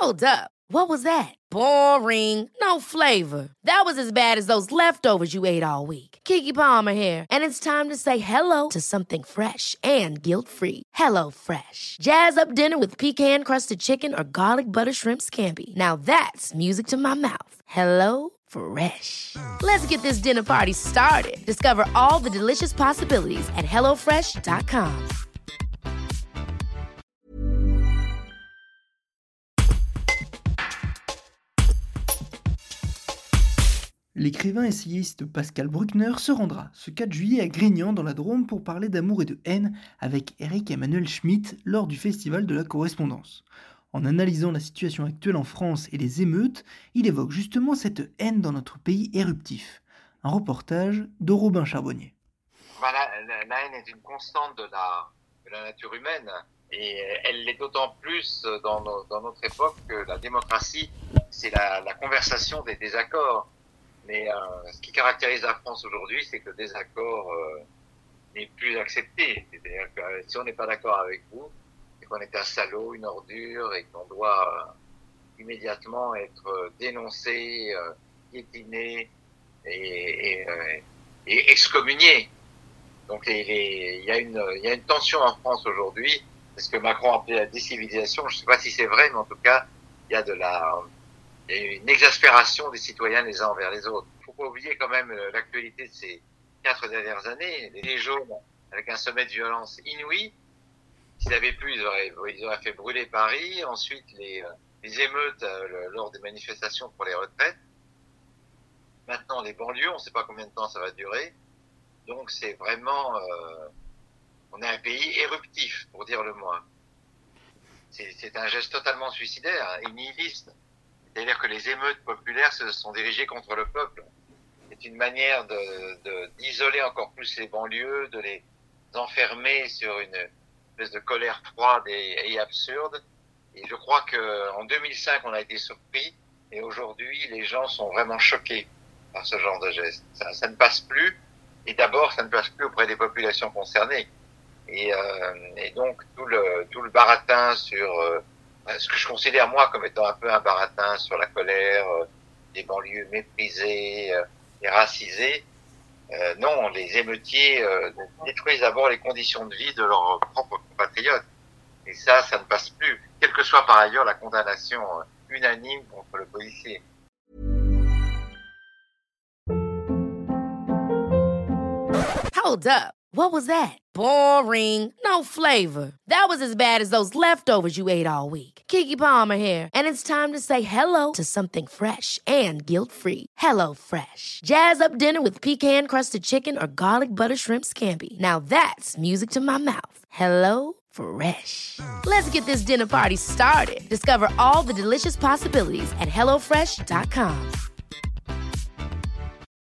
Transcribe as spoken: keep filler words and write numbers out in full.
Hold up. What was that? Boring. No flavor. That was as bad as those leftovers you ate all week. Keke Palmer here, and it's time to say hello to something fresh and guilt-free. Hello Fresh. Jazz up dinner with pecan-crusted chicken or garlic butter shrimp scampi. Now that's music to my mouth. Hello Fresh. Let's get this dinner party started. Discover all the delicious possibilities at hello fresh dot com. L'écrivain essayiste Pascal Bruckner se rendra ce quatre juillet à Grignan dans la Drôme pour parler d'amour et de haine avec Éric Emmanuel Schmitt lors du Festival de la Correspondance. En analysant la situation actuelle en France et les émeutes, il évoque justement cette haine dans notre pays éruptif. Un reportage de Robin Charbonnier. Voilà, la, la haine est une constante de la, de la nature humaine et elle l'est d'autant plus dans, nos, dans notre époque que la démocratie, c'est la, la conversation des désaccords. Mais euh, ce qui caractérise la France aujourd'hui, c'est que le désaccord euh, n'est plus accepté. C'est-à-dire que euh, si on n'est pas d'accord avec vous, c'est qu'on est un salaud, une ordure, et qu'on doit euh, immédiatement être euh, dénoncé, euh, piétiné et, et, euh, et excommunié. Donc les, les, il y a une, il y a une tension en France aujourd'hui. C'est ce que Macron a appelé la décivilisation. Je ne sais pas si c'est vrai, mais en tout cas, il y a de la et une exaspération des citoyens les uns envers les autres. Il ne faut pas oublier quand même l'actualité de ces quatre dernières années. Les Gilets jaunes, avec un sommet de violence inouï, s'ils avaient pu, ils auraient, ils auraient fait brûler Paris. Ensuite, les, les émeutes euh, lors des manifestations pour les retraites. Maintenant, les banlieues, on ne sait pas combien de temps ça va durer. Donc, c'est vraiment... Euh, on est un pays éruptif, pour dire le moins. C'est, c'est un geste totalement suicidaire et nihiliste. C'est-à-dire que les émeutes populaires se sont dirigées contre le peuple. C'est une manière de, de, d'isoler encore plus les banlieues, de les enfermer sur une espèce de colère froide et, et absurde. Et je crois qu'en deux mille cinq, on a été surpris. Et aujourd'hui, les gens sont vraiment choqués par ce genre de geste. Ça, ça ne passe plus. Et d'abord, ça ne passe plus auprès des populations concernées. Et, euh, et donc, tout le, tout le baratin sur... Euh, ce que je considère moi comme étant un peu un baratin sur la colère euh, des banlieues méprisées euh, et racisées. Euh, non, les émeutiers euh, détruisent d'abord les conditions de vie de leurs propres compatriotes. Et ça, ça ne passe plus, quelle que soit par ailleurs la condamnation euh, unanime contre le policier. Hold up. What was that? Boring. No flavor. That was as bad as those leftovers you ate all week. Keke Palmer here, and it's time to say hello to something fresh and guilt-free. Hello Fresh. Jazz up dinner with pecan-crusted chicken or garlic butter shrimp scampi. Now that's music to my mouth. Hello Fresh. Let's get this dinner party started. Discover all the delicious possibilities at hello fresh dot com.